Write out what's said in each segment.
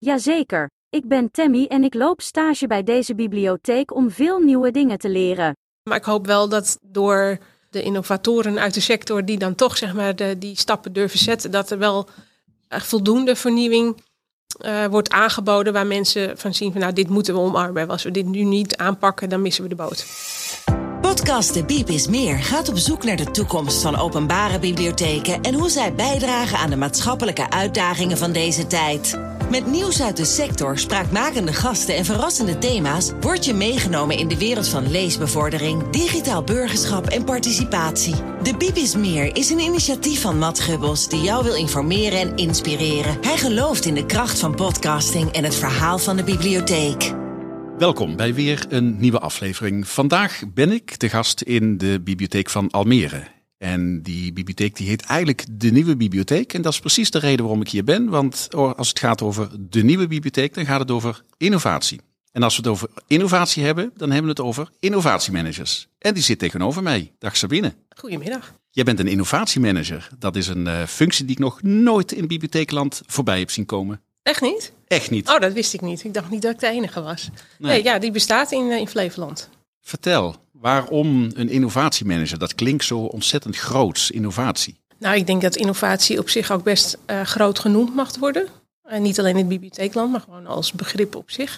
Jazeker, ik ben Tammy en ik loop stage bij deze bibliotheek om veel nieuwe dingen te leren. Maar ik hoop wel dat door de innovatoren uit de sector die dan toch zeg maar die stappen durven zetten, dat er wel voldoende vernieuwing wordt aangeboden waar mensen van zien van nou, dit moeten we omarmen. Als we dit nu niet aanpakken, dan missen we de boot. Podcast De Biep is Meer gaat op zoek naar de toekomst van openbare bibliotheken en hoe zij bijdragen aan de maatschappelijke uitdagingen van deze tijd. Met nieuws uit de sector, spraakmakende gasten en verrassende thema's word je meegenomen in de wereld van leesbevordering, digitaal burgerschap en participatie. De Biep is Meer is een initiatief van Matt Gubbels die jou wil informeren en inspireren. Hij gelooft in de kracht van podcasting en het verhaal van de bibliotheek. Welkom bij weer een nieuwe aflevering. Vandaag ben ik de gast in de bibliotheek van Almere. En die bibliotheek die heet eigenlijk de Nieuwe Bibliotheek. En dat is precies de reden waarom ik hier ben. Want als het gaat over de Nieuwe Bibliotheek, dan gaat het over innovatie. En als we het over innovatie hebben, dan hebben we het over innovatiemanagers. En die zit tegenover mij. Dag Sabine. Goedemiddag. Jij bent een innovatiemanager. Dat is een functie die ik nog nooit in bibliotheekland voorbij heb zien komen. Echt niet? Echt niet. Oh, dat wist ik niet. Ik dacht niet dat ik de enige was. Nee, ja, die bestaat in Flevoland. Vertel, waarom een innovatiemanager? Dat klinkt zo ontzettend groots, innovatie. Nou, ik denk dat innovatie op zich ook best groot genoemd mag worden. Niet alleen in het bibliotheekland, maar gewoon als begrip op zich.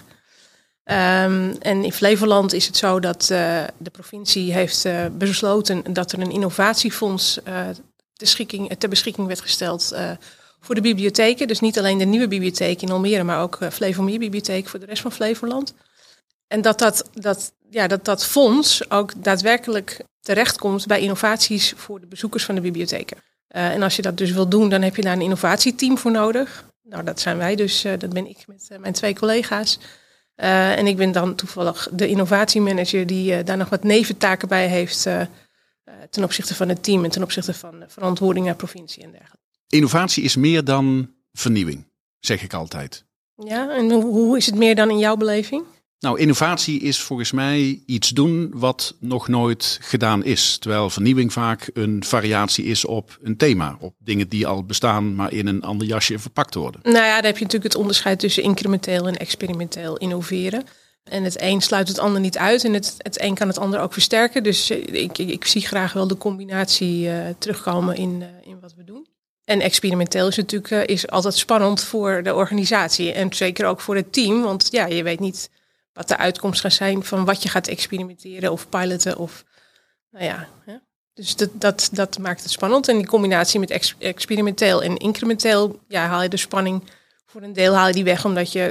En in Flevoland is het zo dat de provincie heeft besloten dat er een innovatiefonds ter beschikking werd gesteld voor de bibliotheken. Dus niet alleen de Nieuwe Bibliotheek in Almere, maar ook Flevomeer Bibliotheek voor de rest van Flevoland. En dat fonds ook daadwerkelijk terechtkomt bij innovaties voor de bezoekers van de bibliotheken. En als je dat dus wil doen, dan heb je daar een innovatieteam voor nodig. Nou, dat zijn wij dus, dat ben ik met mijn 2 collega's. En ik ben dan toevallig de innovatiemanager die daar nog wat neventaken bij heeft ten opzichte van het team en ten opzichte van verantwoording naar provincie en dergelijke. Innovatie is meer dan vernieuwing, zeg ik altijd. Ja, en hoe is het meer dan in jouw beleving? Nou, innovatie is volgens mij iets doen wat nog nooit gedaan is. Terwijl vernieuwing vaak een variatie is op een thema. Op dingen die al bestaan, maar in een ander jasje verpakt worden. Nou ja, daar heb je natuurlijk het onderscheid tussen incrementeel en experimenteel innoveren. En het een sluit het ander niet uit en het een kan het ander ook versterken. Dus ik zie graag wel de combinatie terugkomen in wat we doen. En experimenteel is natuurlijk is altijd spannend voor de organisatie en zeker ook voor het team. Want ja, je weet niet wat de uitkomst gaat zijn van wat je gaat experimenteren of piloten. Of, nou ja, hè? Dus dat maakt het spannend. En die combinatie met experimenteel en incrementeel, ja, haal je de spanning voor een deel haal je die weg. Omdat je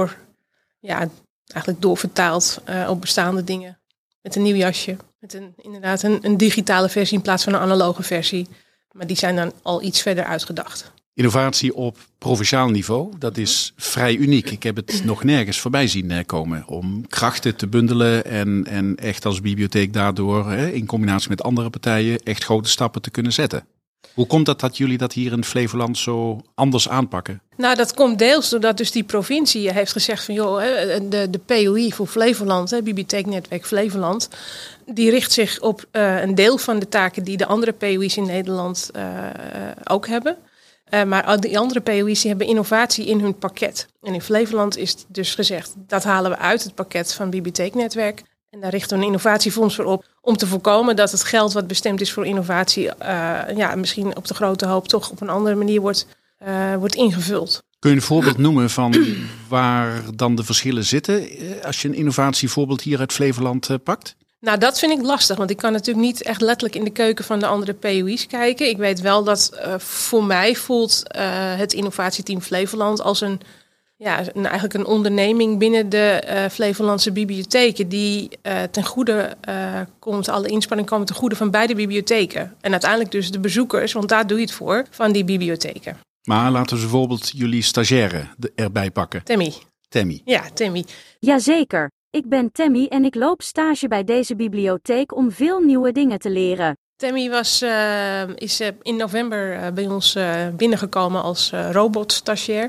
eigenlijk doorvertaalt op bestaande dingen. Met een nieuw jasje. Met inderdaad een digitale versie in plaats van een analoge versie. Maar die zijn dan al iets verder uitgedacht. Innovatie op provinciaal niveau, dat is vrij uniek. Ik heb het nog nergens voorbij zien komen om krachten te bundelen en echt als bibliotheek daardoor in combinatie met andere partijen echt grote stappen te kunnen zetten. Hoe komt dat jullie dat hier in Flevoland zo anders aanpakken? Nou, dat komt deels doordat dus die provincie heeft gezegd van joh, de POI voor Flevoland, Bibliotheeknetwerk Flevoland, die richt zich op een deel van de taken die de andere POI's in Nederland ook hebben. Maar die andere POI's die hebben innovatie in hun pakket. En in Flevoland is dus gezegd, dat halen we uit het pakket van Bibliotheeknetwerk. En daar richten we een innovatiefonds voor op. Om te voorkomen dat het geld wat bestemd is voor innovatie misschien op de grote hoop toch op een andere manier wordt ingevuld. Kun je een voorbeeld noemen van waar dan de verschillen zitten als je een innovatievoorbeeld hier uit Flevoland pakt? Nou, dat vind ik lastig, want ik kan natuurlijk niet echt letterlijk in de keuken van de andere POI's kijken. Ik weet wel dat voor mij voelt het innovatieteam Flevoland als eigenlijk een onderneming binnen de Flevolandse bibliotheken die ten goede komt, alle inspanningen komen ten goede van beide bibliotheken. En uiteindelijk dus de bezoekers, want daar doe je het voor, van die bibliotheken. Maar laten we bijvoorbeeld jullie stagiaire erbij pakken. Tammy. Ja, Tammy. Jazeker. Ik ben Tammy en ik loop stage bij deze bibliotheek om veel nieuwe dingen te leren. Tammy is in november bij ons binnengekomen als robotstagiair.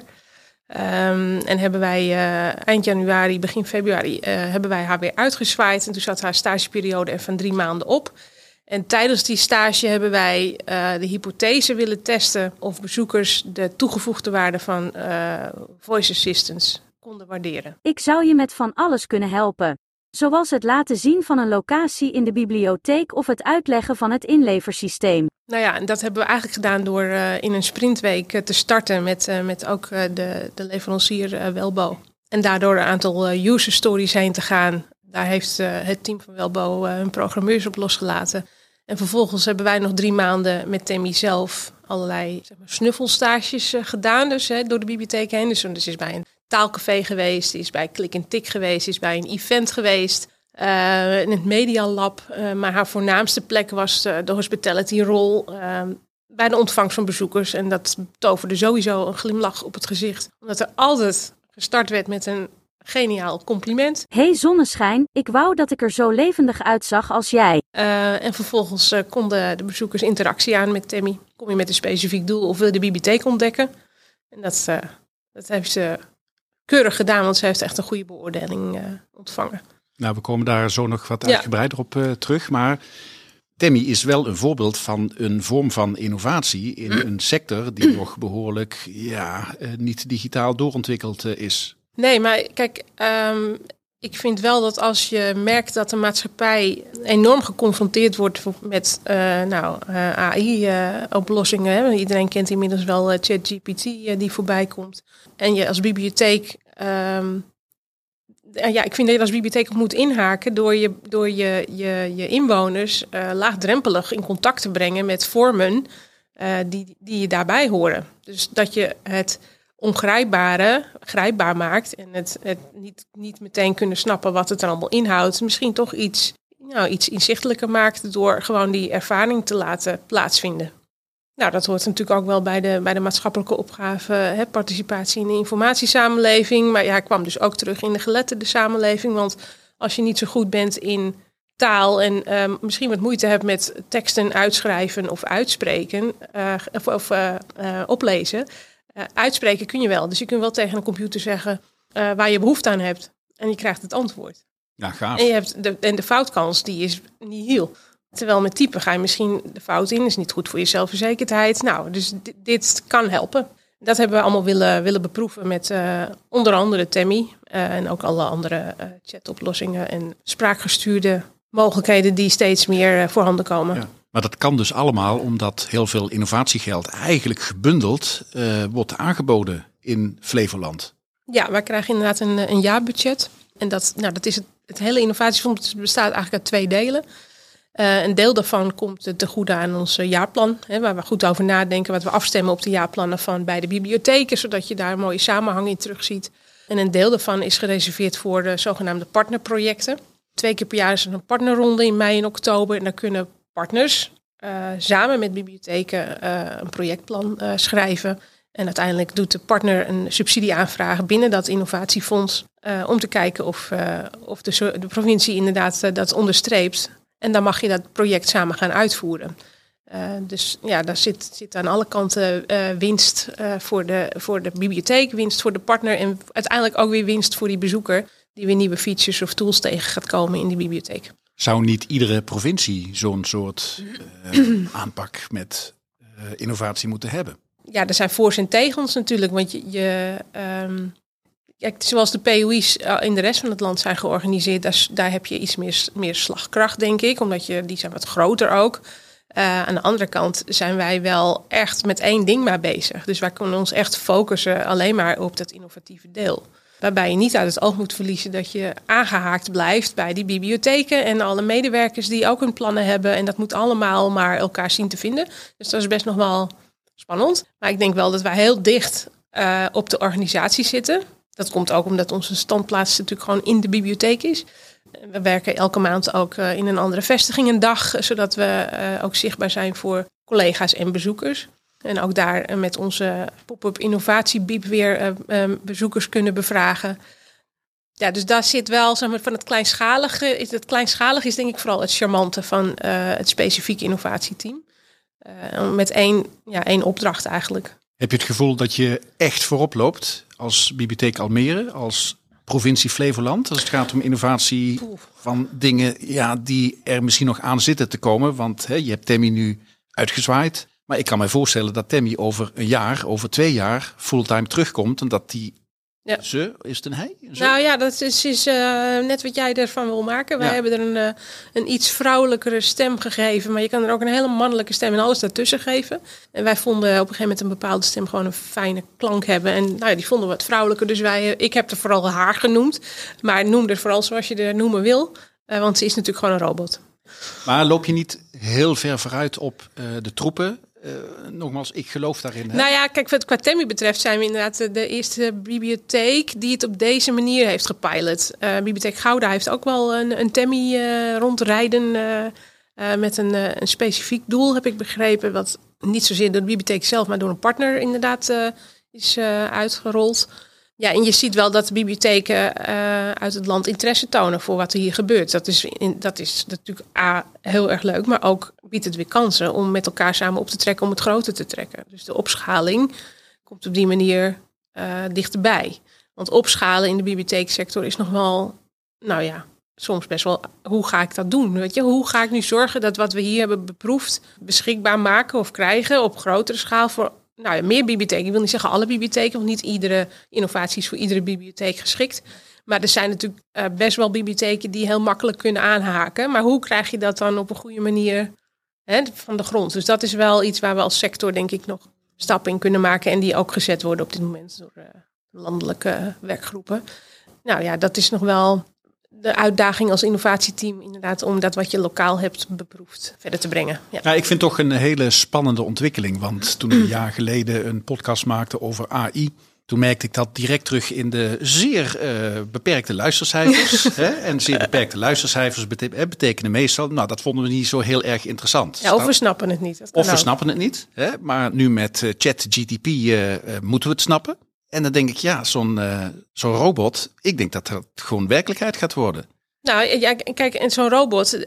En hebben wij eind januari, begin februari, hebben wij haar weer uitgezwaaid. En toen zat haar stageperiode er van 3 maanden op. En tijdens die stage hebben wij de hypothese willen testen of bezoekers de toegevoegde waarde van voice assistants konden waarderen. Ik zou je met van alles kunnen helpen. Zoals het laten zien van een locatie in de bibliotheek of het uitleggen van het inleversysteem. Nou ja, en dat hebben we eigenlijk gedaan door in een sprintweek te starten met ook de leverancier Welbo. En daardoor een aantal user stories heen te gaan. Daar heeft het team van Welbo hun programmeurs op losgelaten. En vervolgens hebben wij nog 3 maanden met Tammy zelf allerlei snuffelstages gedaan. Dus door de bibliotheek heen. Dus ze is bij een taalcafé geweest, is bij Klik en Tik geweest, is bij een event geweest. In het Media Lab. Maar haar voornaamste plek was de hospitality rol bij de ontvangst van bezoekers. En dat toverde sowieso een glimlach op het gezicht. Omdat er altijd gestart werd met een geniaal compliment. Hey zonneschijn, ik wou dat ik er zo levendig uitzag als jij. En vervolgens konden de bezoekers interactie aan met Tammy. Kom je met een specifiek doel of wil je de bibliotheek ontdekken? En dat heeft ze keurig gedaan, want ze heeft echt een goede beoordeling ontvangen. Nou, we komen daar zo nog wat uitgebreider op terug. Maar Tammy is wel een voorbeeld van een vorm van innovatie in een sector die nog behoorlijk niet digitaal doorontwikkeld is. Nee, maar kijk, ik vind wel dat als je merkt dat de maatschappij enorm geconfronteerd wordt met AI-oplossingen. Iedereen kent inmiddels wel ChatGPT die voorbij komt. En je als bibliotheek, ik vind dat je als bibliotheek moet inhaken door je inwoners laagdrempelig in contact te brengen met vormen die je daarbij horen. Dus dat je het ongrijpbare grijpbaar maakt en het niet meteen kunnen snappen wat het er allemaal inhoudt. Misschien toch iets inzichtelijker maakt door gewoon die ervaring te laten plaatsvinden. Nou, dat hoort natuurlijk ook wel bij de maatschappelijke opgave, participatie in de informatiesamenleving. Maar ja, ik kwam dus ook terug in de geletterde samenleving. Want als je niet zo goed bent in taal en misschien wat moeite hebt met teksten uitschrijven of uitspreken of oplezen. Uitspreken kun je wel. Dus je kunt wel tegen een computer zeggen waar je behoefte aan hebt. En je krijgt het antwoord. Ja, gaaf. En de foutkans die is nihil. Terwijl met typen ga je misschien de fout in. Is niet goed voor je zelfverzekerdheid. Nou, dus dit kan helpen. Dat hebben we allemaal willen beproeven met onder andere Tammy. En ook alle andere chatoplossingen en spraakgestuurde mogelijkheden die steeds meer voorhanden komen. Ja. Maar dat kan dus allemaal omdat heel veel innovatiegeld eigenlijk gebundeld wordt aangeboden in Flevoland. Ja, wij krijgen inderdaad een jaarbudget. En dat is het hele innovatiefonds bestaat eigenlijk uit 2 delen. Een deel daarvan komt te goede aan ons jaarplan. Waar we goed over nadenken, wat we afstemmen op de jaarplannen van beide bibliotheken. Zodat je daar een mooie samenhang in terugziet. En een deel daarvan is gereserveerd voor de zogenaamde partnerprojecten. 2 keer per jaar is er een partnerronde in mei en oktober. En daar kunnen partners samen met bibliotheken een projectplan schrijven. En uiteindelijk doet de partner een subsidieaanvraag binnen dat innovatiefonds. Om te kijken of de provincie inderdaad dat onderstreept. En dan mag je dat project samen gaan uitvoeren. Dus ja, daar zit aan alle kanten winst voor de bibliotheek, winst voor de partner en uiteindelijk ook weer winst voor die bezoeker die weer nieuwe features of tools tegen gaat komen in die bibliotheek. Zou niet iedere provincie zo'n soort aanpak met innovatie moeten hebben? Ja, er zijn voor's en tegens natuurlijk, want zoals de POI's in de rest van het land zijn georganiseerd, daar heb je iets meer slagkracht, denk ik. Omdat die zijn wat groter ook. Aan de andere kant zijn wij wel echt met 1 ding maar bezig. Dus wij kunnen ons echt focussen alleen maar op dat innovatieve deel. Waarbij je niet uit het oog moet verliezen dat je aangehaakt blijft bij die bibliotheken en alle medewerkers die ook hun plannen hebben. En dat moet allemaal maar elkaar zien te vinden. Dus dat is best nog wel spannend. Maar ik denk wel dat wij heel dicht op de organisatie zitten. Dat komt ook omdat onze standplaats natuurlijk gewoon in de bibliotheek is. We werken elke maand ook in een andere vestiging een dag, zodat we ook zichtbaar zijn voor collega's en bezoekers. En ook daar met onze pop-up innovatiebiep weer bezoekers kunnen bevragen. Ja, dus daar zit wel zeg maar, van het kleinschalige. Het kleinschalige is denk ik vooral het charmante van het specifieke innovatieteam. Met één opdracht eigenlijk. Heb je het gevoel dat je echt voorop loopt als Bibliotheek Almere, als provincie Flevoland als het gaat om innovatie van dingen die er misschien nog aan zitten te komen? Want je hebt Tammy nu uitgezwaaid. Maar ik kan me voorstellen dat Tammy over een jaar, over 2 jaar fulltime terugkomt. En dat die... Ja. Is het een hij? Nou ja, dat is net wat jij ervan wil maken. Wij hebben er een iets vrouwelijkere stem gegeven. Maar je kan er ook een hele mannelijke stem en alles daartussen geven. En wij vonden op een gegeven moment een bepaalde stem gewoon een fijne klank hebben. En die vonden we wat vrouwelijker. Dus ik heb er vooral haar genoemd. Maar noem er vooral zoals je er noemen wil. Want ze is natuurlijk gewoon een robot. Maar loop je niet heel ver vooruit op de troepen? Nogmaals, ik geloof daarin. Hè? Nou ja, kijk, wat qua Tammy betreft zijn we inderdaad de eerste bibliotheek die het op deze manier heeft gepilot. Bibliotheek Gouda heeft ook wel een Tammy rondrijden met een specifiek doel, heb ik begrepen. Wat niet zozeer door de bibliotheek zelf, maar door een partner inderdaad is uitgerold. Ja, en je ziet wel dat de bibliotheken uit het land interesse tonen voor wat er hier gebeurt. Dat is natuurlijk heel erg leuk, maar ook biedt het weer kansen om met elkaar samen op te trekken om het groter te trekken. Dus de opschaling komt op die manier dichterbij. Want opschalen in de bibliotheeksector is nog wel, soms best wel, hoe ga ik dat doen? Weet je? Hoe ga ik nu zorgen dat wat we hier hebben beproefd beschikbaar maken of krijgen op grotere schaal voor meer bibliotheken. Ik wil niet zeggen alle bibliotheken, want niet iedere innovatie is voor iedere bibliotheek geschikt. Maar er zijn natuurlijk best wel bibliotheken die heel makkelijk kunnen aanhaken. Maar hoe krijg je dat dan op een goede manier van de grond? Dus dat is wel iets waar we als sector denk ik nog stappen in kunnen maken. En die ook gezet worden op dit moment door landelijke werkgroepen. Nou ja, dat is nog wel de uitdaging als innovatieteam inderdaad om dat wat je lokaal hebt beproefd verder te brengen. Ja. Ja, ik vind toch een hele spannende ontwikkeling. Want toen ik een jaar geleden een podcast maakte over AI, toen merkte ik dat direct terug in de zeer beperkte luistercijfers. En zeer beperkte luistercijfers betekenen meestal, dat vonden we niet zo heel erg interessant. Ja, of we snappen het niet. Of we snappen het niet. Maar nu met ChatGPT moeten we het snappen. En dan denk ik, zo'n robot, ik denk dat het gewoon werkelijkheid gaat worden. Nou ja, kijk, en zo'n robot,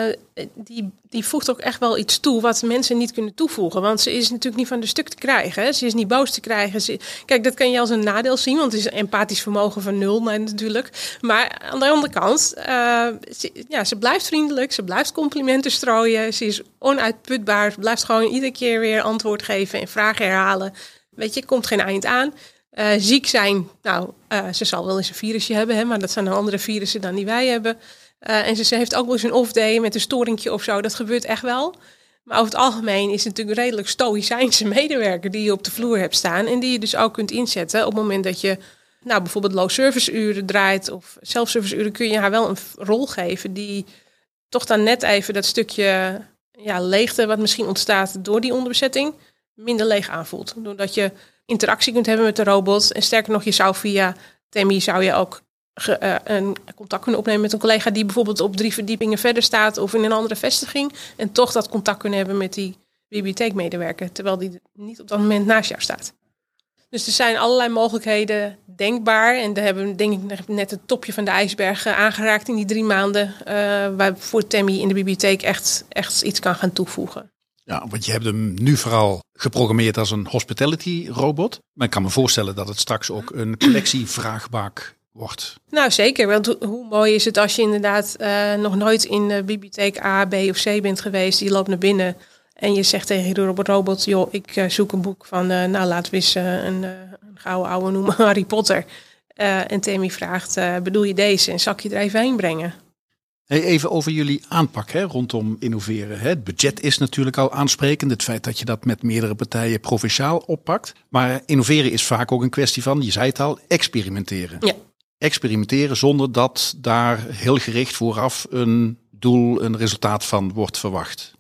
die voegt ook echt wel iets toe wat mensen niet kunnen toevoegen. Want ze is natuurlijk niet van de stuk te krijgen. Hè? Ze is niet boos te krijgen. Kijk, dat kan je als een nadeel zien, want het is een empathisch vermogen van 0 natuurlijk. Maar aan de andere kant, ze blijft vriendelijk, ze blijft complimenten strooien. Ze is onuitputbaar, ze blijft gewoon iedere keer weer antwoord geven en vragen herhalen. Weet je, komt geen eind aan. Ziek zijn, ze zal wel eens een virusje hebben, maar dat zijn dan andere virussen dan die wij hebben. En ze heeft ook wel eens een off-day met een storingje of zo. Dat gebeurt echt wel. Maar over het algemeen is het natuurlijk een redelijk stoïcijnse medewerker die je op de vloer hebt staan. En die je dus ook kunt inzetten op het moment dat je bijvoorbeeld low service uren draait of self-service uren, kun je haar wel een rol geven die toch dan net even dat stukje leegte wat misschien ontstaat door die onderbezetting minder leeg aanvoelt. Doordat je interactie kunt hebben met de robot. En sterker nog, je zou via Tammy ook een contact kunnen opnemen met een collega die bijvoorbeeld op 3 verdiepingen verder staat of in een andere vestiging. En toch dat contact kunnen hebben met die bibliotheekmedewerker, terwijl die niet op dat moment naast jou staat. Dus er zijn allerlei mogelijkheden denkbaar. En daar hebben we denk ik net het topje van de ijsberg aangeraakt in die 3 maanden. Waarvoor Tammy in de bibliotheek echt iets kan gaan toevoegen. Ja, want je hebt hem nu vooral geprogrammeerd als een hospitality robot. Maar ik kan me voorstellen dat het straks ook een collectievraagbak wordt. Nou zeker, want hoe mooi is het als je inderdaad nog nooit in de bibliotheek A, B of C bent geweest. Je loopt naar binnen en je zegt tegen je robot, joh, ik zoek een boek van, laten we eens een gouden ouwe noemen, Harry Potter. En Tammy vraagt, bedoel je deze? En zal ik je er even heen brengen? Hey, even over jullie aanpak rondom innoveren. Het budget is natuurlijk al aansprekend. Het feit dat je dat met meerdere partijen provinciaal oppakt. Maar innoveren is vaak ook een kwestie van, je zei het al, experimenteren. Ja. Experimenteren zonder dat daar heel gericht vooraf een doel, een resultaat van wordt verwacht.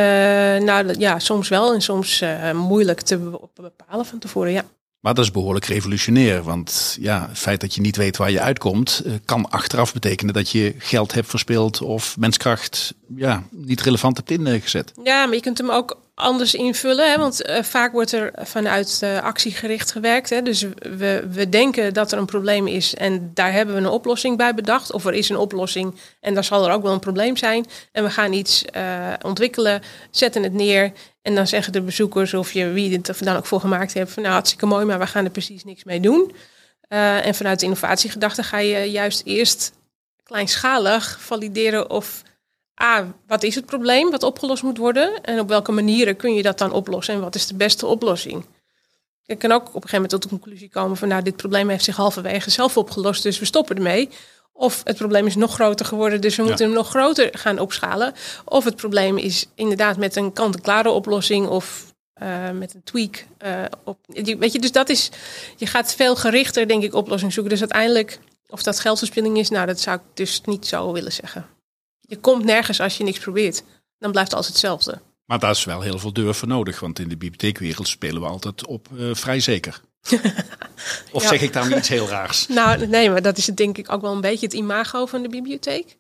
Soms wel en soms moeilijk te bepalen van tevoren, ja. Maar dat is behoorlijk revolutionair, want het feit dat je niet weet waar je uitkomt, kan achteraf betekenen dat je geld hebt verspild of menskracht niet relevant hebt ingezet. Ja, maar je kunt hem ook anders invullen, want vaak wordt er vanuit actiegericht gewerkt. Dus we denken dat er een probleem is en daar hebben we een oplossing bij bedacht. Of er is een oplossing en daar zal er ook wel een probleem zijn. En we gaan iets ontwikkelen, zetten het neer. En dan zeggen de bezoekers of wie het er dan ook voor gemaakt heeft, van hartstikke mooi, maar we gaan er precies niks mee doen. En vanuit de innovatiegedachte ga je juist eerst kleinschalig valideren of wat is het probleem wat opgelost moet worden en op welke manieren kun je dat dan oplossen en wat is de beste oplossing. Je kan ook op een gegeven moment tot de conclusie komen van dit probleem heeft zich halverwege zelf opgelost, dus we stoppen ermee. Of het probleem is nog groter geworden, dus we moeten hem nog groter gaan opschalen. Of het probleem is inderdaad met een kant-en-klare oplossing of met een tweak. Dus dat is, je gaat veel gerichter, denk ik, oplossing zoeken. Dus uiteindelijk, of dat geldverspilling is, dat zou ik dus niet zo willen zeggen. Je komt nergens als je niks probeert. Dan blijft alles hetzelfde. Maar daar is wel heel veel durf voor nodig, want in de bibliotheekwereld spelen we altijd op vrij zeker. Of zeg ik daar iets heel raars? Nou, nee, maar dat is denk ik ook wel een beetje het imago van de bibliotheek.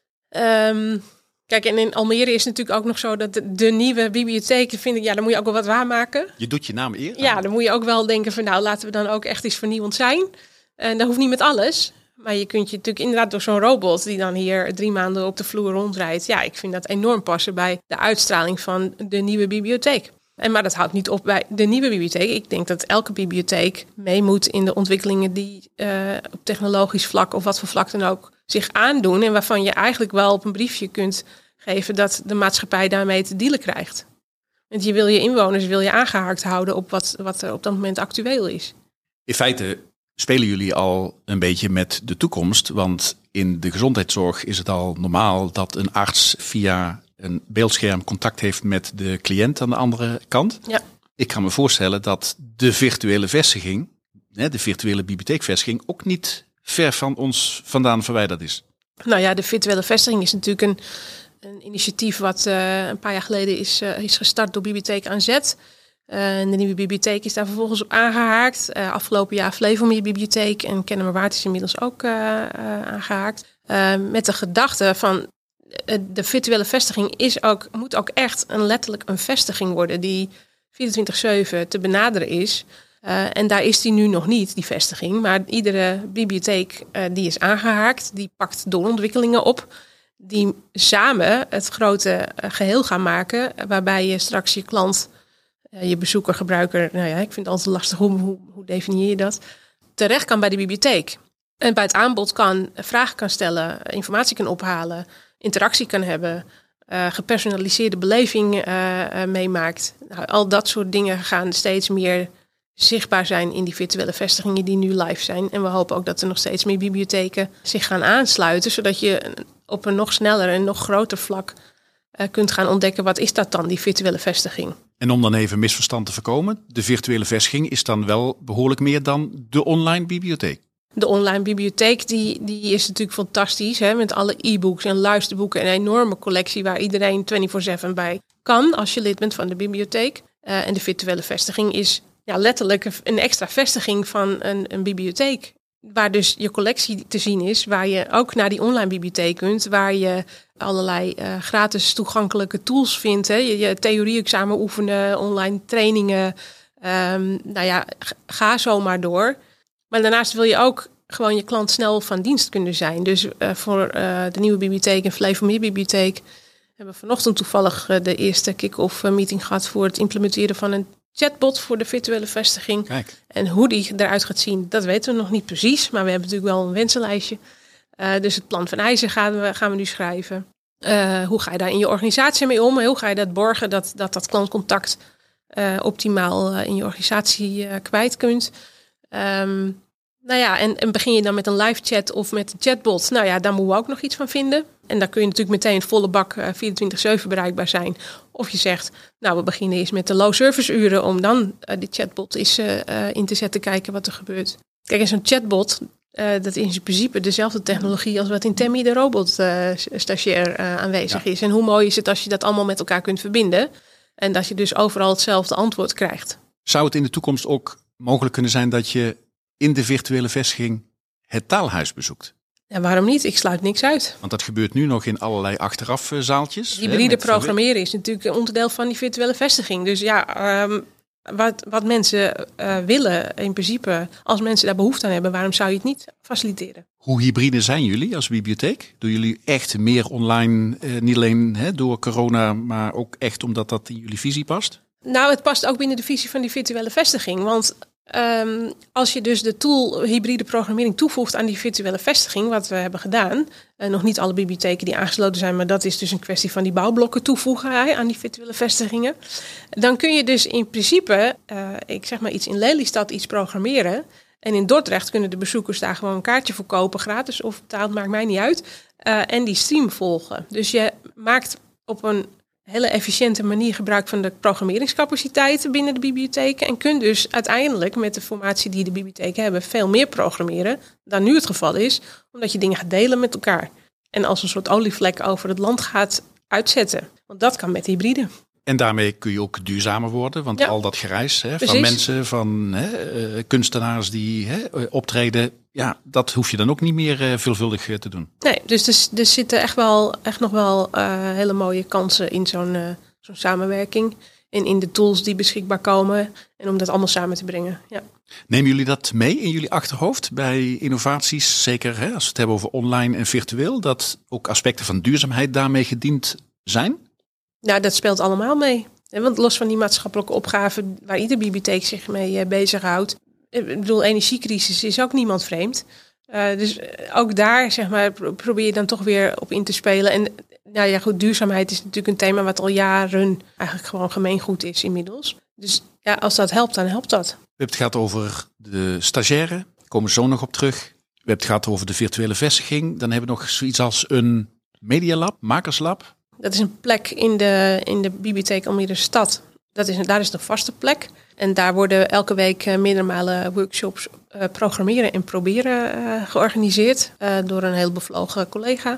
Kijk, en in Almere is het natuurlijk ook nog zo dat de nieuwe bibliotheek, vind ik, dan moet je ook wel wat waarmaken. Je doet je naam eer. Ja, dan moet je ook wel denken van laten we dan ook echt iets vernieuwend zijn. En dat hoeft niet met alles. Maar je kunt je natuurlijk inderdaad door zo'n robot die dan hier 3 maanden op de vloer rondrijdt. Ja, ik vind dat enorm passen bij de uitstraling van de nieuwe bibliotheek. Maar dat houdt niet op bij de nieuwe bibliotheek. Ik denk dat elke bibliotheek mee moet in de ontwikkelingen die op technologisch vlak of wat voor vlak dan ook zich aandoen. En waarvan je eigenlijk wel op een briefje kunt geven dat de maatschappij daarmee te dealen krijgt. Want je wil je inwoners aangehaakt houden op wat er op dat moment actueel is. In feite spelen jullie al een beetje met de toekomst. Want in de gezondheidszorg is het al normaal dat een arts via een beeldscherm contact heeft met de cliënt aan de andere kant. Ja. Ik kan me voorstellen dat de virtuele vestiging, de virtuele bibliotheekvestiging, ook niet ver van ons vandaan verwijderd is. Nou ja, de virtuele vestiging is natuurlijk een initiatief wat een paar jaar geleden is gestart door Bibliotheek aan Zet. De nieuwe bibliotheek is daar vervolgens op aangehaakt. Afgelopen jaar Flevomeer Bibliotheek en Kennemerwaard is inmiddels ook aangehaakt. Met de gedachte van de virtuele vestiging moet ook echt letterlijk een vestiging worden die 24/7 te benaderen is. En daar is die nu nog niet, die vestiging. Maar iedere bibliotheek die is aangehaakt, die pakt doorontwikkelingen op. Die samen het grote geheel gaan maken, waarbij je straks je klant, je bezoeker, gebruiker, ik vind het altijd lastig, hoe definieer je dat, terecht kan bij de bibliotheek. En bij het aanbod vragen kan stellen, informatie kan ophalen, interactie kan hebben, gepersonaliseerde beleving meemaakt. Al dat soort dingen gaan steeds meer zichtbaar zijn in die virtuele vestigingen die nu live zijn. En we hopen ook dat er nog steeds meer bibliotheken zich gaan aansluiten, zodat je op een nog sneller en nog groter vlak kunt gaan ontdekken, wat is dat dan, die virtuele vestiging. En om dan even misverstand te voorkomen, de virtuele vestiging is dan wel behoorlijk meer dan de online bibliotheek. De online bibliotheek die is natuurlijk fantastisch, met alle e-books en luisterboeken en een enorme collectie waar iedereen 24/7 bij kan als je lid bent van de bibliotheek. En de virtuele vestiging is letterlijk een extra vestiging van een bibliotheek. Waar dus je collectie te zien is, waar je ook naar die online bibliotheek kunt, waar je allerlei gratis toegankelijke tools vindt. Je theorie-examen oefenen, online trainingen. Ga zo maar door. Maar daarnaast wil je ook gewoon je klant snel van dienst kunnen zijn. Dus voor de nieuwe bibliotheek en Flevomeer Bibliotheek hebben we vanochtend toevallig de eerste kick-off meeting gehad voor het implementeren van een chatbot voor de virtuele vestiging. Kijk. En hoe die eruit gaat zien, dat weten we nog niet precies. Maar we hebben natuurlijk wel een wensenlijstje. Dus het plan van eisen gaan we nu schrijven. Hoe ga je daar in je organisatie mee om? Hoe ga je dat borgen dat klantcontact optimaal in je organisatie kwijt kunt? En begin je dan met een live chat of met een chatbot? Daar moeten we ook nog iets van vinden. En daar kun je natuurlijk meteen volle bak 24/7 bereikbaar zijn. Of je zegt, we beginnen eerst met de low service uren om dan die chatbot eens in te zetten, kijken wat er gebeurt. Kijk, en zo'n chatbot, dat is in principe dezelfde technologie als wat in Tammy de robot stagiair aanwezig is. En hoe mooi is het als je dat allemaal met elkaar kunt verbinden. En dat je dus overal hetzelfde antwoord krijgt. Zou het in de toekomst ook mogelijk kunnen zijn dat je in de virtuele vestiging het taalhuis bezoekt? Ja, waarom niet? Ik sluit niks uit. Want dat gebeurt nu nog in allerlei achterafzaaltjes. Hybride programmeren is natuurlijk een onderdeel van die virtuele vestiging. Dus wat mensen willen in principe, als mensen daar behoefte aan hebben, waarom zou je het niet faciliteren? Hoe hybride zijn jullie als bibliotheek? Doen jullie echt meer online, niet alleen door corona, maar ook echt omdat dat in jullie visie past? Het past ook binnen de visie van die virtuele vestiging. Want Als je dus de tool hybride programmering toevoegt aan die virtuele vestiging, wat we hebben gedaan, nog niet alle bibliotheken die aangesloten zijn, maar dat is dus een kwestie van die bouwblokken toevoegen aan die virtuele vestigingen. Dan kun je dus in principe, ik zeg maar iets in Lelystad, iets programmeren. En in Dordrecht kunnen de bezoekers daar gewoon een kaartje voor kopen, gratis of betaald, maakt mij niet uit. En die stream volgen. Dus je maakt op een hele efficiënte manier gebruik van de programmeringscapaciteiten binnen de bibliotheken. En kunt dus uiteindelijk met de formatie die de bibliotheken hebben veel meer programmeren dan nu het geval is. Omdat je dingen gaat delen met elkaar. En als een soort olievlek over het land gaat uitzetten. Want dat kan met hybride. En daarmee kun je ook duurzamer worden. Want al dat gereis van mensen, van kunstenaars die optreden. Ja, dat hoef je dan ook niet meer veelvuldig te doen. Nee, dus er zitten echt nog wel hele mooie kansen in zo'n samenwerking. En in de tools die beschikbaar komen. En om dat allemaal samen te brengen. Ja. Nemen jullie dat mee in jullie achterhoofd bij innovaties? Zeker als we het hebben over online en virtueel. Dat ook aspecten van duurzaamheid daarmee gediend zijn? Nou, dat speelt allemaal mee. Want los van die maatschappelijke opgaven waar iedere bibliotheek zich mee bezighoudt. Ik bedoel, energiecrisis is ook niemand vreemd. Dus ook daar, zeg maar, probeer je dan toch weer op in te spelen. En nou ja, goed, duurzaamheid is natuurlijk een thema wat al jaren eigenlijk gewoon gemeengoed is inmiddels. Dus ja, als dat helpt, dan helpt dat. We hebben het gehad over de stagiaire. Daar komen we zo nog op terug. We hebben het gehad over de virtuele vestiging. Dan hebben we nog zoiets als een medialab, makerslab. Dat is een plek in de bibliotheek Almere Stad. Daar is een vaste plek. En daar worden elke week meerdere malen workshops programmeren en proberen georganiseerd. Door een heel bevlogen collega.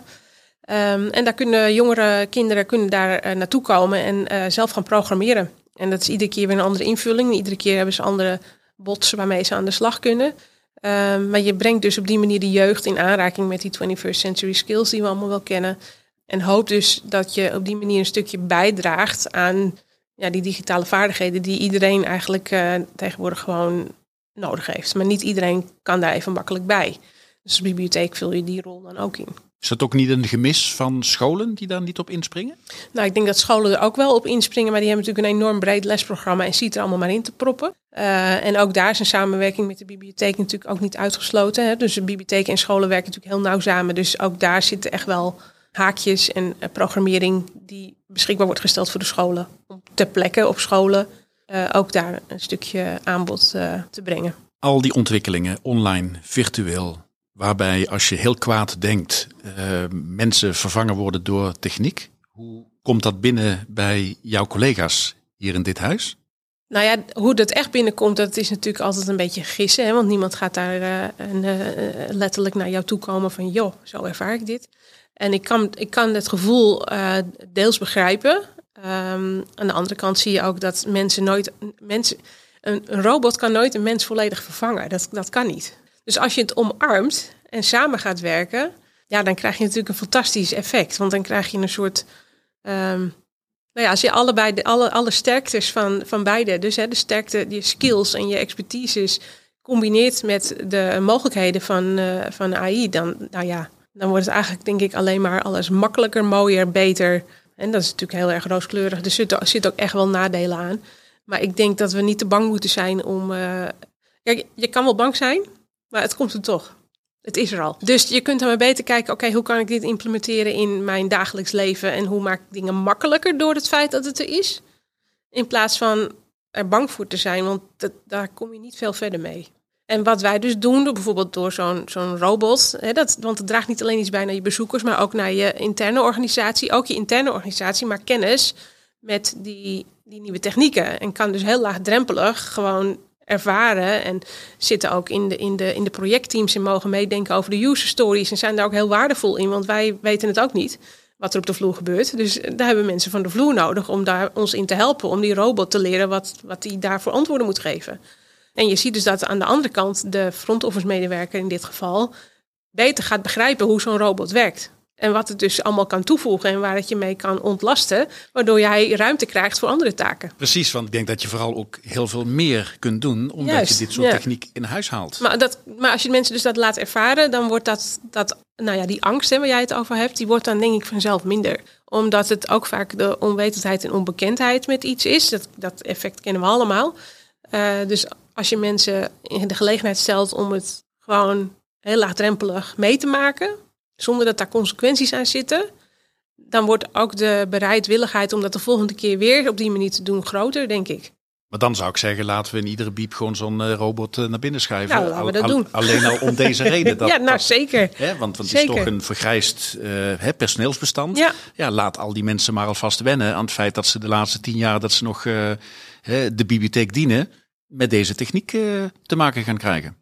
En daar kunnen jongere kinderen daar naartoe komen en zelf gaan programmeren. En dat is iedere keer weer een andere invulling. Iedere keer hebben ze andere bots waarmee ze aan de slag kunnen. Maar je brengt dus op die manier de jeugd in aanraking met die 21st century skills die we allemaal wel kennen. En hoop dus dat je op die manier een stukje bijdraagt aan die digitale vaardigheden die iedereen eigenlijk tegenwoordig gewoon nodig heeft. Maar niet iedereen kan daar even makkelijk bij. Dus als bibliotheek vul je die rol dan ook in. Is dat ook niet een gemis van scholen die daar niet op inspringen? Nou, ik denk dat scholen er ook wel op inspringen. Maar die hebben natuurlijk een enorm breed lesprogramma en ziet er allemaal maar in te proppen. En ook daar is een samenwerking met de bibliotheek natuurlijk ook niet uitgesloten. Hè? Dus de bibliotheken en scholen werken natuurlijk heel nauw samen. Dus ook daar zitten echt wel haakjes en programmering die beschikbaar wordt gesteld voor de scholen. Om ter plekke op scholen ook daar een stukje aanbod te brengen. Al die ontwikkelingen, online, virtueel, waarbij als je heel kwaad denkt, mensen vervangen worden door techniek. Hoe komt dat binnen bij jouw collega's hier in dit huis? Nou ja, hoe dat echt binnenkomt, dat is natuurlijk altijd een beetje gissen. Hè? Want niemand gaat daar letterlijk naar jou toe komen van joh, zo ervaar ik dit. En ik kan het gevoel deels begrijpen. Aan de andere kant zie je ook dat een robot kan nooit een mens volledig vervangen. Dat kan niet. Dus als je het omarmt en samen gaat werken, ja, dan krijg je natuurlijk een fantastisch effect. Want dan krijg je een soort, als je allebei alle sterktes van beide, dus de sterkte, je skills en je expertises combineert met de mogelijkheden van AI, dan wordt het eigenlijk, denk ik, alleen maar alles makkelijker, mooier, beter. En dat is natuurlijk heel erg rooskleurig. Er zit ook echt wel nadelen aan. Maar ik denk dat we niet te bang moeten zijn om... Kijk, je kan wel bang zijn, maar het komt er toch. Het is er al. Dus je kunt dan maar beter kijken, oké, hoe kan ik dit implementeren in mijn dagelijks leven? En hoe maak ik dingen makkelijker door het feit dat het er is? In plaats van er bang voor te zijn, want daar kom je niet veel verder mee. En wat wij dus doen, bijvoorbeeld door zo'n robot, want het draagt niet alleen iets bij naar je bezoekers, maar ook naar je interne organisatie. Ook je interne organisatie maakt kennis met die nieuwe technieken. En kan dus heel laagdrempelig gewoon ervaren en zitten ook in de projectteams en mogen meedenken over de user stories. En zijn daar ook heel waardevol in, want wij weten het ook niet wat er op de vloer gebeurt. Dus daar hebben we mensen van de vloer nodig om daar ons in te helpen, om die robot te leren wat die daarvoor antwoorden moet geven. En je ziet dus dat aan de andere kant de front office medewerker in dit geval beter gaat begrijpen hoe zo'n robot werkt. En wat het dus allemaal kan toevoegen en waar het je mee kan ontlasten, waardoor jij ruimte krijgt voor andere taken. Precies, want ik denk dat je vooral ook heel veel meer kunt doen, omdat je dit soort techniek in huis haalt. Maar als je mensen dus dat laat ervaren, dan wordt die angst waar jij het over hebt, die wordt dan denk ik vanzelf minder. Omdat het ook vaak de onwetendheid en onbekendheid met iets is. Dat effect kennen we allemaal. Dus als je mensen in de gelegenheid stelt om het gewoon heel laagdrempelig mee te maken, zonder dat daar consequenties aan zitten, dan wordt ook de bereidwilligheid om dat de volgende keer weer op die manier te doen groter, denk ik. Maar dan zou ik zeggen, laten we in iedere biep gewoon zo'n robot naar binnen schuiven. Nou, laten we dat doen. Alleen al om deze reden. Zeker. Want het zeker. is toch een vergrijsd personeelsbestand. Ja. Laat al die mensen maar alvast wennen aan het feit dat ze de laatste 10 jaar dat ze nog de bibliotheek dienen, met deze techniek te maken gaan krijgen.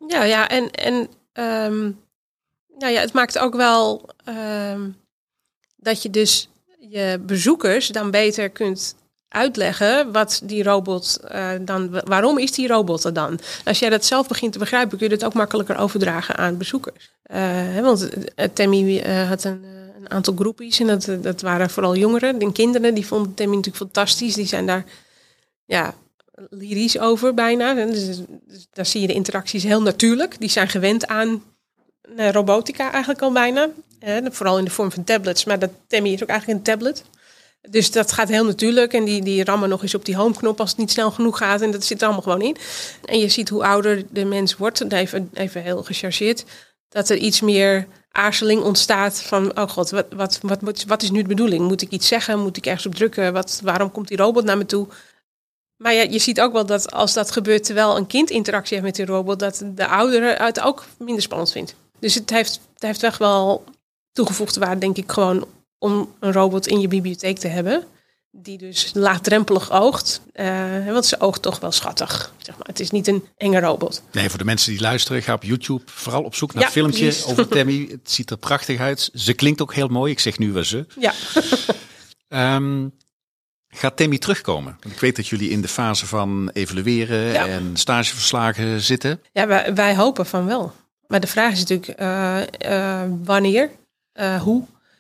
Het maakt ook wel dat je dus je bezoekers dan beter kunt uitleggen wat die robot waarom is die robot er dan? Als jij dat zelf begint te begrijpen, kun je dat ook makkelijker overdragen aan bezoekers. Want Tammy had een aantal groepies en dat waren vooral jongeren en kinderen. Die vonden Tammy natuurlijk fantastisch. Die zijn daar lyrisch over bijna. Dus daar zie je de interacties heel natuurlijk. Die zijn gewend aan robotica eigenlijk al bijna. Vooral in de vorm van tablets. Maar dat Tammy is ook eigenlijk een tablet. Dus dat gaat heel natuurlijk. En die rammen nog eens op die home-knop als het niet snel genoeg gaat. En dat zit er allemaal gewoon in. En je ziet hoe ouder de mens wordt. Even heel gechargeerd. Dat er iets meer aarzeling ontstaat van, oh god, wat is nu de bedoeling? Moet ik iets zeggen? Moet ik ergens op drukken? Waarom komt die robot naar me toe? Maar ja, je ziet ook wel dat als dat gebeurt terwijl een kind interactie heeft met die robot, dat de oudere het ook minder spannend vindt. Dus het heeft echt wel toegevoegde waarde, denk ik, gewoon om een robot in je bibliotheek te hebben. Die dus laagdrempelig oogt. Want ze oogt toch wel schattig. Zeg maar. Het is niet een enge robot. Nee, voor de mensen die luisteren, ga op YouTube vooral op zoek naar een filmpje precies. Over Tammy. Het ziet er prachtig uit. Ze klinkt ook heel mooi. Ik zeg nu wel ze. Ja. Gaat Tammy terugkomen? Ik weet dat jullie in de fase van evalueren en stageverslagen zitten. Ja, wij hopen van wel. Maar de vraag is natuurlijk wanneer, hoe.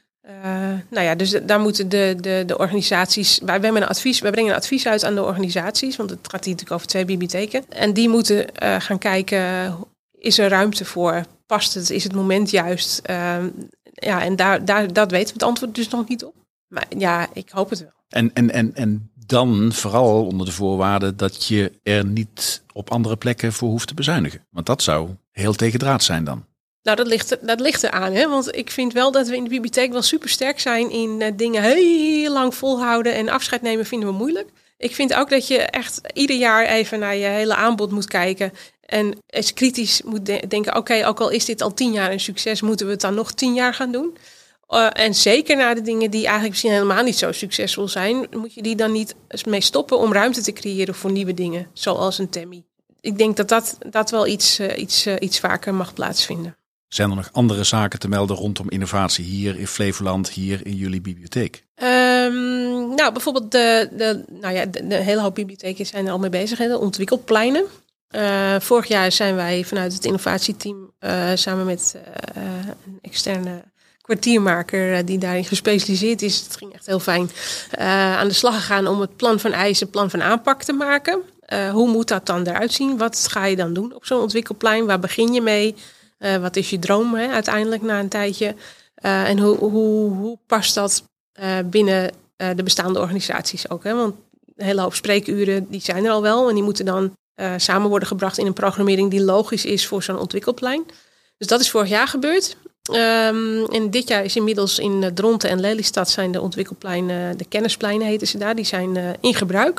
Dus daar moeten de organisaties. Wij brengen een advies uit aan de organisaties, want het gaat hier natuurlijk over 2 bibliotheken. En die moeten gaan kijken, is er ruimte voor? Past het? Is het moment juist? En dat weten we het antwoord dus nog niet op. Maar ja, ik hoop het wel. En dan vooral onder de voorwaarde dat je er niet op andere plekken voor hoeft te bezuinigen. Want dat zou heel tegendraad zijn dan. Nou, dat ligt eraan. Hè? Want ik vind wel dat we in de bibliotheek wel super sterk zijn in dingen heel lang volhouden. En afscheid nemen vinden we moeilijk. Ik vind ook dat je echt ieder jaar even naar je hele aanbod moet kijken. En eens kritisch moet denken, oké, ook al is dit al 10 jaar een succes, moeten we het dan nog 10 jaar gaan doen? En zeker naar de dingen die eigenlijk misschien helemaal niet zo succesvol zijn, moet je die dan niet mee stoppen om ruimte te creëren voor nieuwe dingen, zoals een Tammy. Ik denk dat wel iets vaker mag plaatsvinden. Zijn er nog andere zaken te melden rondom innovatie hier in Flevoland, hier in jullie bibliotheek? Bijvoorbeeld de hele hoop bibliotheken zijn er al mee bezig, hè, de ontwikkelpleinen. Vorig jaar zijn wij vanuit het innovatieteam samen met een externe kwartiermaker die daarin gespecialiseerd is. Het ging echt heel fijn. Aan de slag gegaan om het plan van eisen, plan van aanpak te maken. Hoe moet dat dan eruit zien? Wat ga je dan doen op zo'n ontwikkelplein? Waar begin je mee? Wat is je droom uiteindelijk na een tijdje? En hoe past dat binnen de bestaande organisaties ook? Hè? Want een hele hoop spreekuren die zijn er al wel. En die moeten dan samen worden gebracht in een programmering die logisch is voor zo'n ontwikkelplein. Dus dat is vorig jaar gebeurd. En dit jaar is inmiddels in Dronten en Lelystad zijn de ontwikkelpleinen, de kennispleinen heten ze daar, die zijn in gebruik.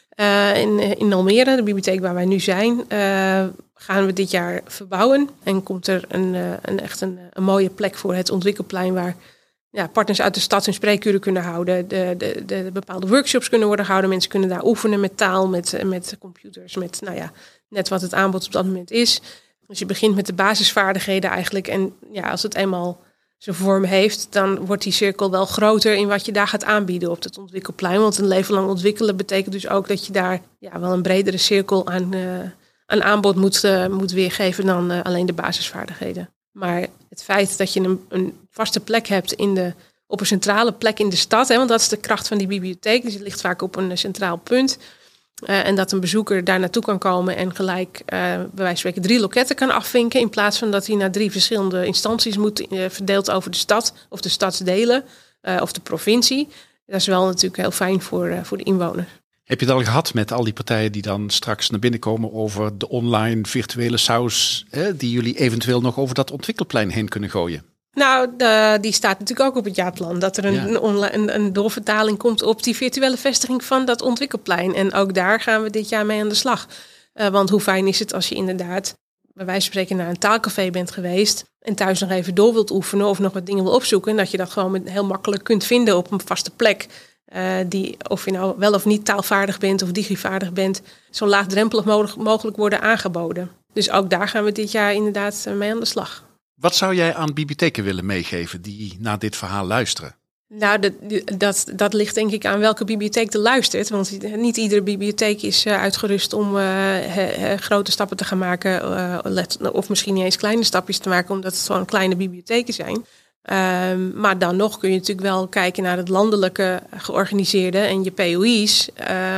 In Almere, de bibliotheek waar wij nu zijn, gaan we dit jaar verbouwen. En komt er een mooie plek voor het ontwikkelplein waar partners uit de stad hun spreekuren kunnen houden. De bepaalde workshops kunnen worden gehouden. Mensen kunnen daar oefenen met taal, met computers, met net wat het aanbod op dat moment is. Dus je begint met de basisvaardigheden eigenlijk. En als het eenmaal zijn vorm heeft, dan wordt die cirkel wel groter in wat je daar gaat aanbieden op het ontwikkelplein. Want een leven lang ontwikkelen betekent dus ook dat je daar wel een bredere cirkel aan aanbod moet weergeven dan alleen de basisvaardigheden. Maar het feit dat je een vaste plek hebt op een centrale plek in de stad, want dat is de kracht van die bibliotheek, dus het ligt vaak op een centraal punt. En dat een bezoeker daar naartoe kan komen en gelijk bij wijze van spreken 3 loketten kan afvinken, in plaats van dat hij naar 3 verschillende instanties moet, verdeeld over de stad of de stadsdelen of de provincie. Dat is wel natuurlijk heel fijn voor de inwoners. Heb je het al gehad met al die partijen die dan straks naar binnen komen over de online virtuele saus, die jullie eventueel nog over dat ontwikkelplein heen kunnen gooien? Nou, die staat natuurlijk ook op het jaarplan. Dat er een doorvertaling komt op die virtuele vestiging van dat ontwikkelplein. En ook daar gaan we dit jaar mee aan de slag. Want hoe fijn is het als je inderdaad bij wijze van spreken naar een taalcafé bent geweest en thuis nog even door wilt oefenen of nog wat dingen wil opzoeken. En dat je dat gewoon heel makkelijk kunt vinden op een vaste plek. Die, of je nou wel of niet taalvaardig bent of digivaardig bent, zo laagdrempelig mogelijk worden aangeboden. Dus ook daar gaan we dit jaar inderdaad mee aan de slag. Wat zou jij aan bibliotheken willen meegeven die naar dit verhaal luisteren? Nou, dat ligt denk ik aan welke bibliotheek er luistert. Want niet iedere bibliotheek is uitgerust om grote stappen te gaan maken. Of misschien niet eens kleine stapjes te maken, omdat het gewoon kleine bibliotheken zijn. Maar dan nog kun je natuurlijk wel kijken naar het landelijke georganiseerde en je POI's.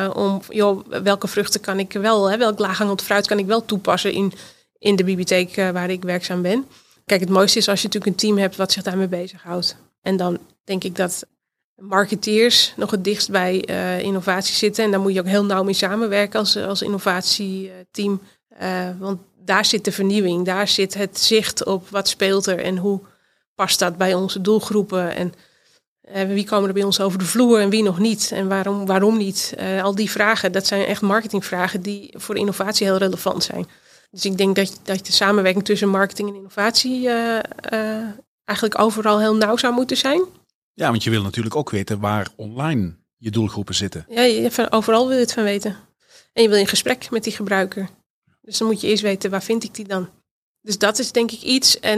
Welke vruchten kan ik wel, welk laaghangend fruit kan ik wel toepassen in de bibliotheek waar ik werkzaam ben. Kijk, het mooiste is als je natuurlijk een team hebt wat zich daarmee bezighoudt. En dan denk ik dat marketeers nog het dichtst bij innovatie zitten. En daar moet je ook heel nauw mee samenwerken als innovatieteam. Want daar zit de vernieuwing. Daar zit het zicht op wat speelt er en hoe past dat bij onze doelgroepen. En wie komen er bij ons over de vloer en wie nog niet. En waarom niet. Al die vragen, dat zijn echt marketingvragen die voor innovatie heel relevant zijn. Dus ik denk dat de samenwerking tussen marketing en innovatie eigenlijk overal heel nauw zou moeten zijn. Ja, want je wil natuurlijk ook weten waar online je doelgroepen zitten. Ja, overal wil je het van weten. En je wil in gesprek met die gebruiker. Dus dan moet je eerst weten, waar vind ik die dan? Dus dat is denk ik iets. En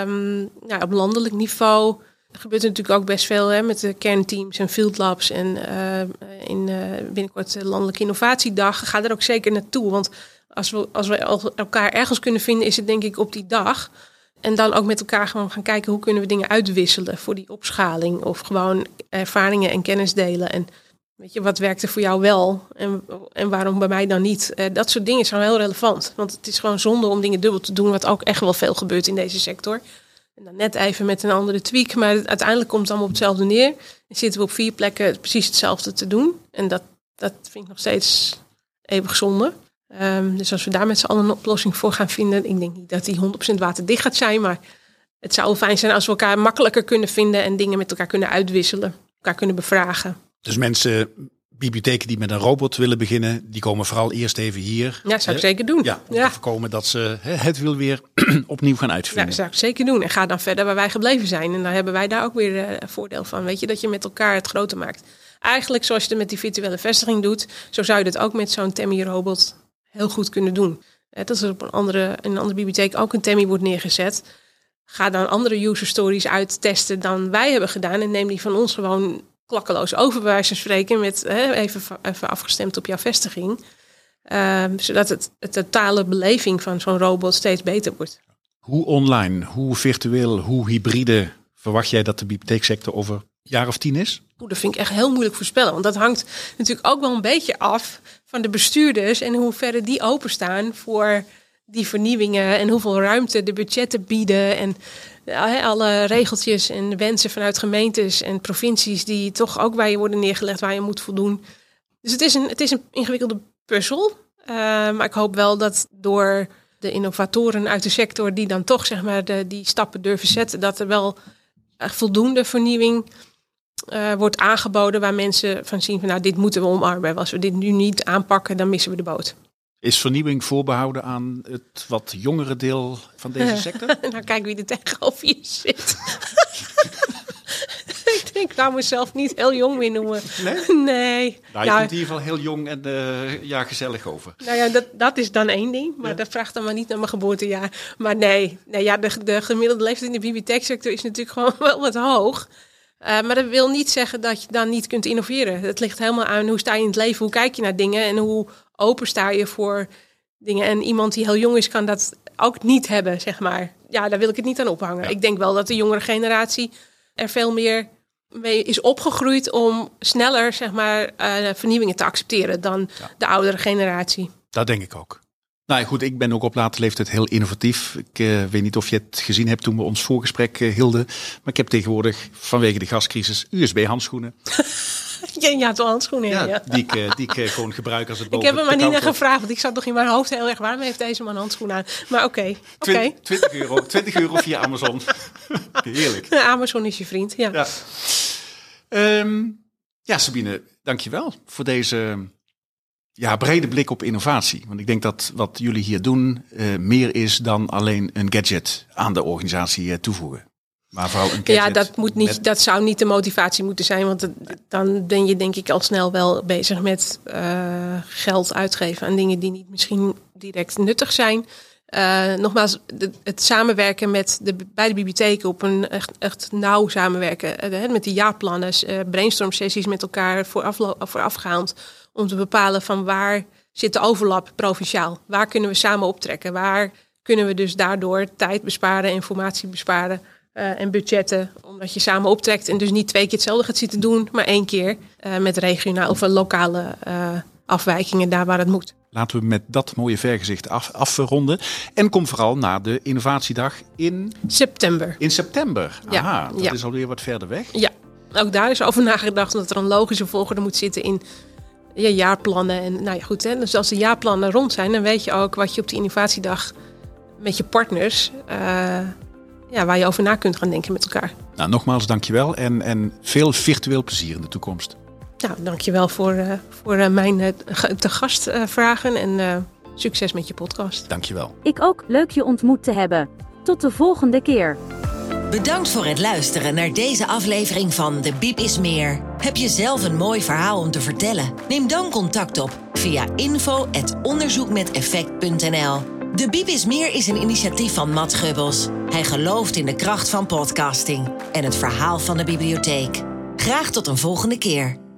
op landelijk niveau gebeurt er natuurlijk ook best veel met de kernteams en field labs. En binnenkort de Landelijke Innovatiedag. Ga er ook zeker naartoe. Want als we elkaar ergens kunnen vinden, is het denk ik op die dag. En dan ook met elkaar gewoon gaan kijken hoe kunnen we dingen uitwisselen voor die opschaling. Of gewoon ervaringen en kennis delen. En weet je, wat werkte voor jou wel en waarom bij mij dan niet? Dat soort dingen zijn heel relevant. Want het is gewoon zonde om dingen dubbel te doen, wat ook echt wel veel gebeurt in deze sector. En dan net even met een andere tweak, maar uiteindelijk komt het allemaal op hetzelfde neer. En zitten we op 4 plekken precies hetzelfde te doen. En dat vind ik nog steeds eeuwig zonde. Dus als we daar met z'n allen een oplossing voor gaan vinden, ik denk niet dat die 100% waterdicht gaat zijn, maar het zou fijn zijn als we elkaar makkelijker kunnen vinden en dingen met elkaar kunnen uitwisselen, elkaar kunnen bevragen. Dus mensen, bibliotheken die met een robot willen beginnen, die komen vooral eerst even hier. Ja, zou ik zeker doen. Ja, om te voorkomen dat ze het wiel weer opnieuw gaan uitvinden. Ja, zou ik zeker doen. En ga dan verder waar wij gebleven zijn. En dan hebben wij daar ook weer voordeel van. Weet je, dat je met elkaar het groter maakt. Eigenlijk zoals je het met die virtuele vestiging doet, zo zou je dat ook met zo'n Temi-robot heel goed kunnen doen. Dat is op een andere bibliotheek ook een Temi wordt neergezet. Ga dan andere user stories uittesten dan wij hebben gedaan. En neem die van ons gewoon klakkeloos over, bij wijze van spreken. Met even afgestemd op jouw vestiging. Zodat het totale beleving van zo'n robot steeds beter wordt. Hoe online, hoe virtueel, hoe hybride verwacht jij dat de bibliotheeksector over een jaar of 10 is? Dat vind ik echt heel moeilijk voorspellen. Want dat hangt natuurlijk ook wel een beetje af van de bestuurders en hoe ver die openstaan voor die vernieuwingen en hoeveel ruimte de budgetten bieden en alle regeltjes en wensen vanuit gemeentes en provincies die toch ook bij je worden neergelegd waar je moet voldoen. Dus het is een ingewikkelde puzzel. Maar ik hoop wel dat door de innovatoren uit de sector die dan toch zeg maar die stappen durven zetten, dat er wel voldoende vernieuwing wordt aangeboden waar mensen van zien van nou, dit moeten we omarmen. Als we dit nu niet aanpakken, dan missen we de boot. Is vernieuwing voorbehouden aan het wat jongere deel van deze sector? Nou, kijk wie er tegenover je zit. Ik zou mezelf niet heel jong meer noemen. Nee. Nou, je komt in ieder geval heel jong en gezellig over. Nou ja, dat is dan één ding. Maar dat vraagt dan maar niet naar mijn geboortejaar. Maar nee de gemiddelde leeftijd in de bibliotheeksector is natuurlijk gewoon wel wat hoog. Maar dat wil niet zeggen dat je dan niet kunt innoveren. Het ligt helemaal aan hoe sta je in het leven, hoe kijk je naar dingen en hoe open sta je voor dingen. En iemand die heel jong is kan dat ook niet hebben, zeg maar. Ja, daar wil ik het niet aan ophangen. Ja. Ik denk wel dat de jongere generatie er veel meer mee is opgegroeid om sneller, zeg maar, vernieuwingen te accepteren dan de oudere generatie. Dat denk ik ook. Nou goed, ik ben ook op late leeftijd heel innovatief. Ik weet niet of je het gezien hebt toen we ons voorgesprek hielden. Maar ik heb tegenwoordig vanwege de gascrisis USB-handschoenen. Je had wel handschoenen. Ja. Die ik gewoon gebruik als het boven Ik heb hem de maar niet koude naar gevraagd, want ik zat toch in mijn hoofd heel erg. Waarom heeft deze man handschoenen aan? Maar oké. 20 euro via Amazon. Heerlijk. Amazon is je vriend, ja. Ja, Sabine, dankjewel voor deze brede blik op innovatie. Want ik denk dat wat jullie hier doen meer is dan alleen een gadget aan de organisatie toevoegen. Maar vooral een gadget. Dat zou niet de motivatie moeten zijn. Want dan ben je denk ik al snel wel bezig met geld uitgeven aan dingen die niet misschien direct nuttig zijn. Nogmaals, het samenwerken met de beide bibliotheken op een echt nauw samenwerken. Met die jaarplannen, brainstorm sessies met elkaar voorafgaand. Om te bepalen van waar zit de overlap provinciaal. Waar kunnen we samen optrekken? Waar kunnen we dus daardoor tijd besparen, informatie besparen en budgetten. Omdat je samen optrekt en dus niet 2 keer hetzelfde gaat zitten doen, maar 1 keer met regionaal of lokale afwijkingen daar waar het moet. Laten we met dat mooie vergezicht afronden. En kom vooral naar de innovatiedag in september. In september. Aha, dat is alweer wat verder weg. Ja, ook daar is over nagedacht dat er een logische volgorde moet zitten in jaarplannen. En nou ja, goed, hè? Dus als de jaarplannen rond zijn, dan weet je ook wat je op die innovatiedag met je partners, waar je over na kunt gaan denken met elkaar. Nou, nogmaals dankjewel en veel virtueel plezier in de toekomst. Nou, dankjewel voor mijn te gast vragen en succes met je podcast. Dankjewel. Ik ook, leuk je ontmoet te hebben. Tot de volgende keer. Bedankt voor het luisteren naar deze aflevering van De Bieb is Meer. Heb je zelf een mooi verhaal om te vertellen? Neem dan contact op via info@onderzoekmeteffect.nl. De Bieb is Meer is een initiatief van Matt Gubbels. Hij gelooft in de kracht van podcasting en het verhaal van de bibliotheek. Graag tot een volgende keer.